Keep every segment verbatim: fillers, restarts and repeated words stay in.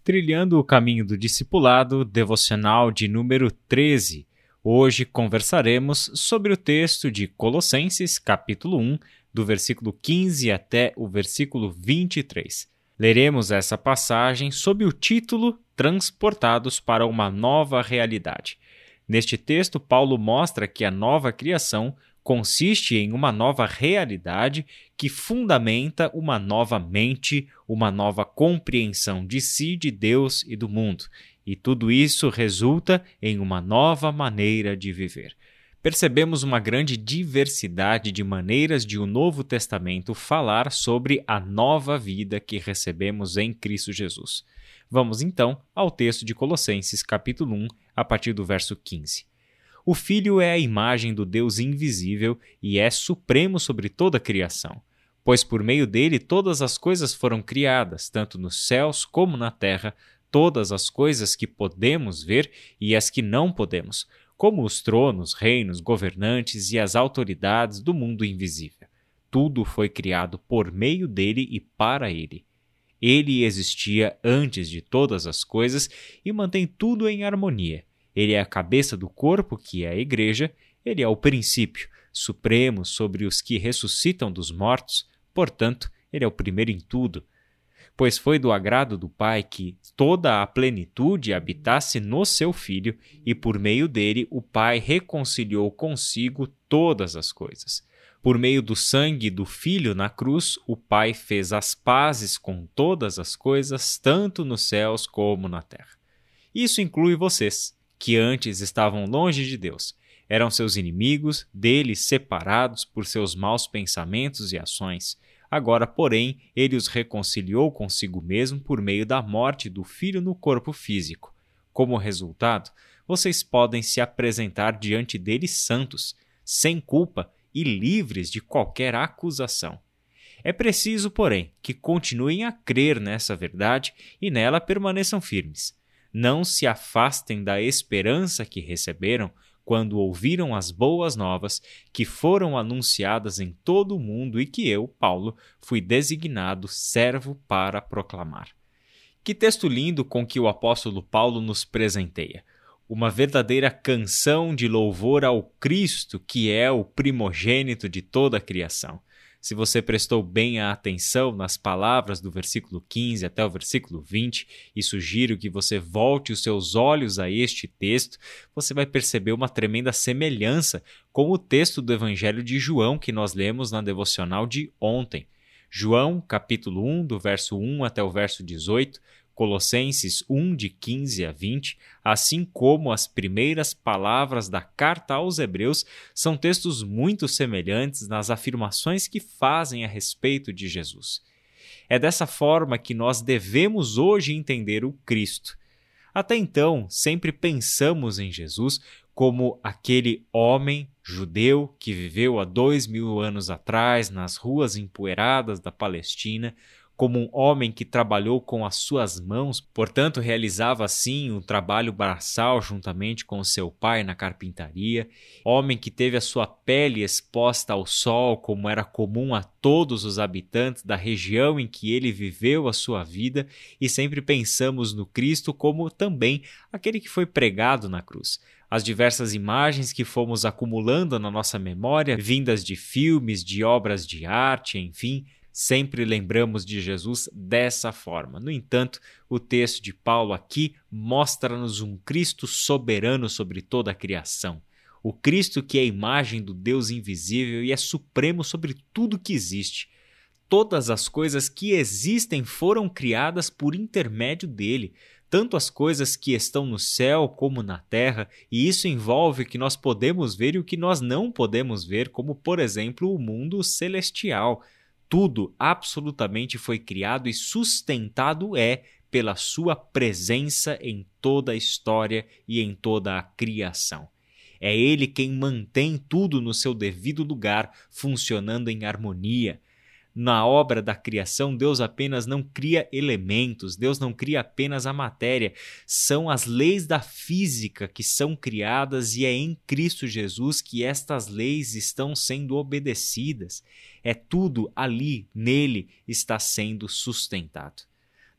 Trilhando o caminho do discipulado, devocional de número treze. Hoje conversaremos sobre o texto de Colossenses, capítulo um, do versículo quinze até o versículo vinte e três. Leremos essa passagem sob o título Transportados para uma Nova Realidade. Neste texto, Paulo mostra que a nova criação consiste em uma nova realidade que fundamenta uma nova mente, uma nova compreensão de si, de Deus e do mundo. E tudo isso resulta em uma nova maneira de viver. Percebemos uma grande diversidade de maneiras de o Novo Testamento falar sobre a nova vida que recebemos em Cristo Jesus. Vamos então ao texto de Colossenses, capítulo um, a partir do verso quinze. O Filho é a imagem do Deus invisível e é supremo sobre toda a criação, pois por meio dele todas as coisas foram criadas, tanto nos céus como na terra, todas as coisas que podemos ver e as que não podemos, como os tronos, reinos, governantes e as autoridades do mundo invisível. Tudo foi criado por meio dele e para ele. Ele existia antes de todas as coisas e mantém tudo em harmonia. Ele é a cabeça do corpo, que é a igreja. Ele é o princípio supremo sobre os que ressuscitam dos mortos. Portanto, ele é o primeiro em tudo. Pois foi do agrado do Pai que toda a plenitude habitasse no seu Filho, e por meio dele o Pai reconciliou consigo todas as coisas. Por meio do sangue do Filho na cruz, o Pai fez as pazes com todas as coisas, tanto nos céus como na terra. Isso inclui vocês, que antes estavam longe de Deus. Eram seus inimigos, dele separados por seus maus pensamentos e ações. Agora, porém, ele os reconciliou consigo mesmo por meio da morte do Filho no corpo físico. Como resultado, vocês podem se apresentar diante dele santos, sem culpa e livres de qualquer acusação. É preciso, porém, que continuem a crer nessa verdade e nela permaneçam firmes. Não se afastem da esperança que receberam quando ouviram as boas novas que foram anunciadas em todo o mundo e que eu, Paulo, fui designado servo para proclamar. Que texto lindo com que o apóstolo Paulo nos presenteia! Uma verdadeira canção de louvor ao Cristo, que é o primogênito de toda a criação. Se você prestou bem a atenção nas palavras do versículo quinze até o versículo vinte, e sugiro que você volte os seus olhos a este texto, você vai perceber uma tremenda semelhança com o texto do Evangelho de João que nós lemos na devocional de ontem. João, capítulo um, do verso um até o verso dezoito, Colossenses um, de quinze a vinte, assim como as primeiras palavras da carta aos Hebreus, são textos muito semelhantes nas afirmações que fazem a respeito de Jesus. É dessa forma que nós devemos hoje entender o Cristo. Até então, sempre pensamos em Jesus como aquele homem judeu que viveu há dois mil anos atrás nas ruas empoeiradas da Palestina, como um homem que trabalhou com as suas mãos, portanto realizava assim o trabalho braçal juntamente com seu pai na carpintaria, homem que teve a sua pele exposta ao sol, como era comum a todos os habitantes da região em que ele viveu a sua vida, e sempre pensamos no Cristo como também aquele que foi pregado na cruz. As diversas imagens que fomos acumulando na nossa memória, vindas de filmes, de obras de arte, enfim, sempre lembramos de Jesus dessa forma. No entanto, o texto de Paulo aqui mostra-nos um Cristo soberano sobre toda a criação. O Cristo que é a imagem do Deus invisível e é supremo sobre tudo que existe. Todas as coisas que existem foram criadas por intermédio dele, tanto as coisas que estão no céu como na terra, e isso envolve o que nós podemos ver e o que nós não podemos ver, como, por exemplo, o mundo celestial. Tudo absolutamente foi criado e sustentado é pela sua presença em toda a história e em toda a criação. É ele quem mantém tudo no seu devido lugar, funcionando em harmonia. Na obra da criação, Deus apenas não cria elementos, Deus não cria apenas a matéria, são as leis da física que são criadas e é em Cristo Jesus que estas leis estão sendo obedecidas. É tudo ali, nele, está sendo sustentado.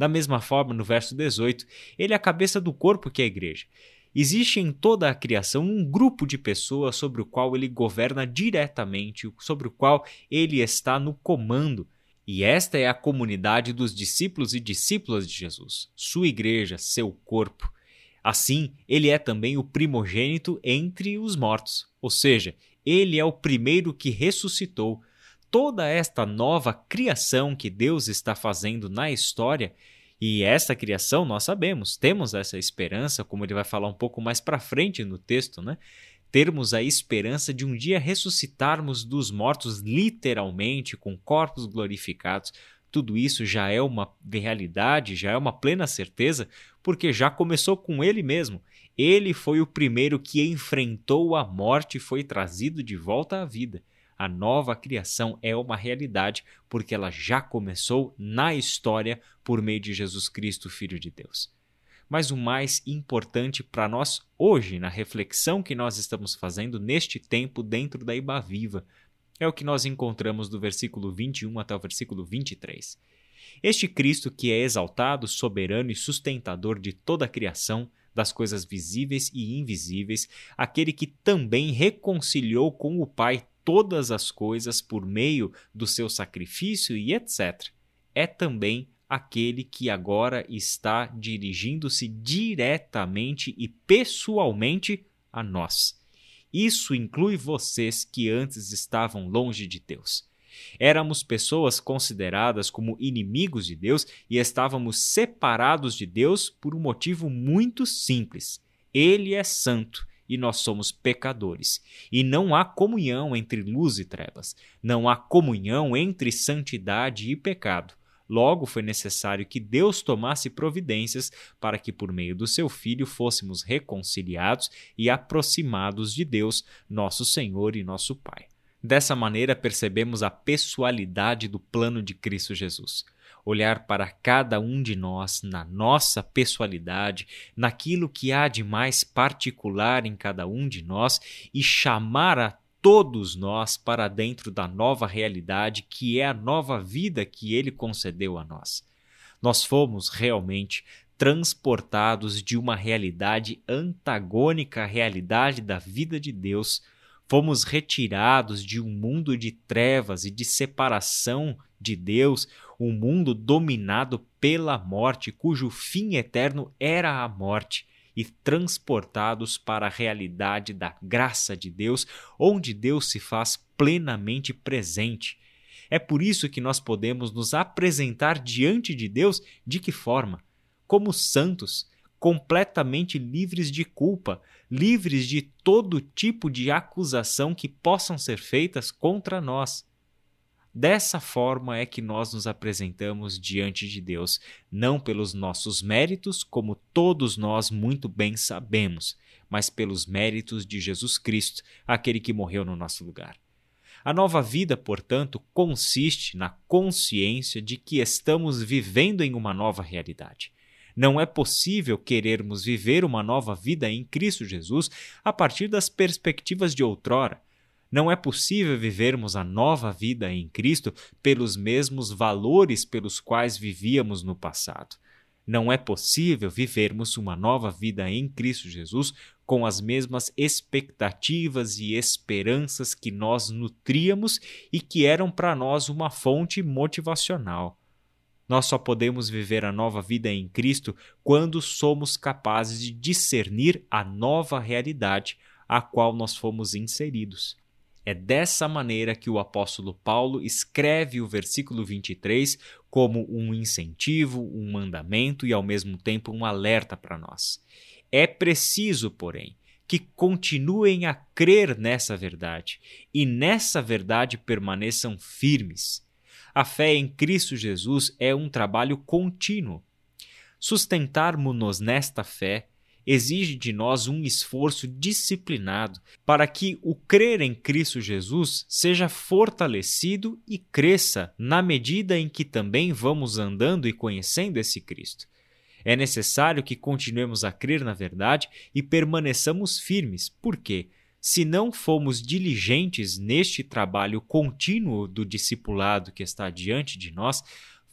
Da mesma forma, no verso dezoito, ele é a cabeça do corpo que é a igreja. Existe em toda a criação um grupo de pessoas sobre o qual ele governa diretamente, sobre o qual ele está no comando. E esta é a comunidade dos discípulos e discípulas de Jesus, sua igreja, seu corpo. Assim, ele é também o primogênito entre os mortos, ou seja, ele é o primeiro que ressuscitou. Toda esta nova criação que Deus está fazendo na história, e essa criação nós sabemos, temos essa esperança, como ele vai falar um pouco mais para frente no texto, né? Termos a esperança de um dia ressuscitarmos dos mortos literalmente, com corpos glorificados. Tudo isso já é uma realidade, já é uma plena certeza, porque já começou com ele mesmo. Ele foi o primeiro que enfrentou a morte e foi trazido de volta à vida. A nova criação é uma realidade porque ela já começou na história por meio de Jesus Cristo, Filho de Deus. Mas o mais importante para nós hoje, na reflexão que nós estamos fazendo neste tempo dentro da Iba Viva, é o que nós encontramos do versículo vinte e um até o versículo vinte e três. Este Cristo que é exaltado, soberano e sustentador de toda a criação, das coisas visíveis e invisíveis, aquele que também reconciliou com o Pai todas as coisas por meio do seu sacrifício e etcétera, é também aquele que agora está dirigindo-se diretamente e pessoalmente a nós. Isso inclui vocês que antes estavam longe de Deus. Éramos pessoas consideradas como inimigos de Deus e estávamos separados de Deus por um motivo muito simples. Ele é santo e nós somos pecadores. E não há comunhão entre luz e trevas. Não há comunhão entre santidade e pecado. Logo, foi necessário que Deus tomasse providências para que, por meio do seu Filho, fôssemos reconciliados e aproximados de Deus, nosso Senhor e nosso Pai. Dessa maneira, percebemos a pessoalidade do plano de Cristo Jesus. Olhar para cada um de nós, na nossa pessoalidade, naquilo que há de mais particular em cada um de nós e chamar a todos nós para dentro da nova realidade que é a nova vida que Ele concedeu a nós. Nós fomos realmente transportados de uma realidade antagônica à realidade da vida de Deus. Fomos retirados de um mundo de trevas e de separação de Deus, um mundo dominado pela morte, cujo fim eterno era a morte, e transportados para a realidade da graça de Deus, onde Deus se faz plenamente presente. É por isso que nós podemos nos apresentar diante de Deus de que forma? Como santos, completamente livres de culpa, livres de todo tipo de acusação que possam ser feitas contra nós. Dessa forma é que nós nos apresentamos diante de Deus, não pelos nossos méritos, como todos nós muito bem sabemos, mas pelos méritos de Jesus Cristo, aquele que morreu no nosso lugar. A nova vida, portanto, consiste na consciência de que estamos vivendo em uma nova realidade. Não é possível querermos viver uma nova vida em Cristo Jesus a partir das perspectivas de outrora. Não é possível vivermos a nova vida em Cristo pelos mesmos valores pelos quais vivíamos no passado. Não é possível vivermos uma nova vida em Cristo Jesus com as mesmas expectativas e esperanças que nós nutríamos e que eram para nós uma fonte motivacional. Nós só podemos viver a nova vida em Cristo quando somos capazes de discernir a nova realidade a qual nós fomos inseridos. É dessa maneira que o apóstolo Paulo escreve o versículo vinte e três como um incentivo, um mandamento e, ao mesmo tempo, um alerta para nós. É preciso, porém, que continuem a crer nessa verdade e nessa verdade permaneçam firmes. A fé em Cristo Jesus é um trabalho contínuo. Sustentarmos-nos nesta fé exige de nós um esforço disciplinado para que o crer em Cristo Jesus seja fortalecido e cresça na medida em que também vamos andando e conhecendo esse Cristo. É necessário que continuemos a crer na verdade e permaneçamos firmes, porque, se não formos diligentes neste trabalho contínuo do discipulado que está diante de nós,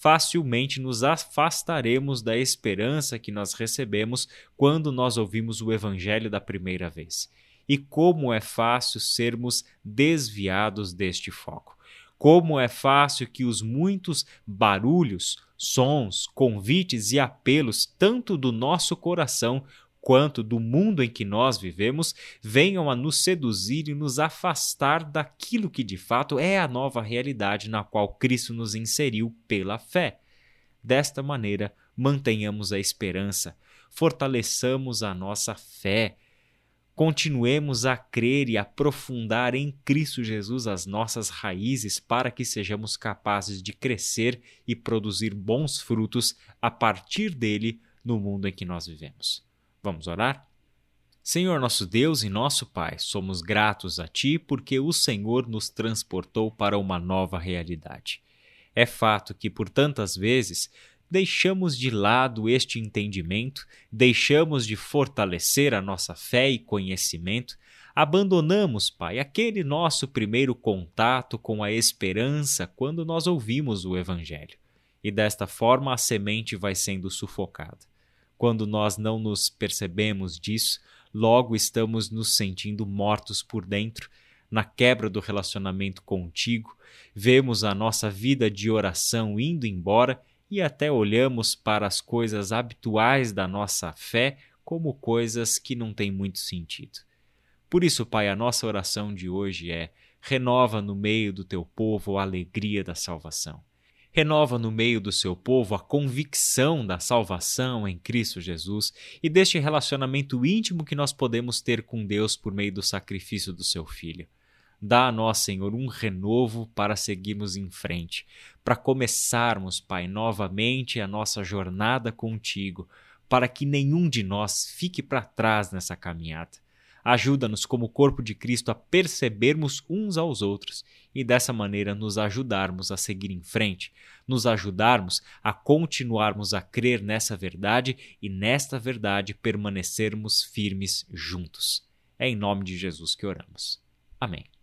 facilmente nos afastaremos da esperança que nós recebemos quando nós ouvimos o Evangelho da primeira vez. E como é fácil sermos desviados deste foco. Como é fácil que os muitos barulhos, sons, convites e apelos, tanto do nosso coração quanto do mundo em que nós vivemos, venham a nos seduzir e nos afastar daquilo que de fato é a nova realidade na qual Cristo nos inseriu pela fé. Desta maneira, mantenhamos a esperança, fortaleçamos a nossa fé, continuemos a crer e aprofundar em Cristo Jesus as nossas raízes para que sejamos capazes de crescer e produzir bons frutos a partir dele no mundo em que nós vivemos. Vamos orar? Senhor nosso Deus e nosso Pai, somos gratos a Ti porque o Senhor nos transportou para uma nova realidade. É fato que por tantas vezes deixamos de lado este entendimento, deixamos de fortalecer a nossa fé e conhecimento, abandonamos, Pai, aquele nosso primeiro contato com a esperança quando nós ouvimos o Evangelho. E desta forma a semente vai sendo sufocada. Quando nós não nos percebemos disso, logo estamos nos sentindo mortos por dentro, na quebra do relacionamento contigo, vemos a nossa vida de oração indo embora e até olhamos para as coisas habituais da nossa fé como coisas que não têm muito sentido. Por isso, Pai, a nossa oração de hoje é: renova no meio do teu povo a alegria da salvação. Renova no meio do seu povo a convicção da salvação em Cristo Jesus e deste relacionamento íntimo que nós podemos ter com Deus por meio do sacrifício do seu Filho. Dá a nós, Senhor, um renovo para seguirmos em frente, para começarmos, Pai, novamente a nossa jornada contigo, para que nenhum de nós fique para trás nessa caminhada. Ajuda-nos como corpo de Cristo a percebermos uns aos outros e dessa maneira nos ajudarmos a seguir em frente, nos ajudarmos a continuarmos a crer nessa verdade e nesta verdade permanecermos firmes juntos. É em nome de Jesus que oramos. Amém.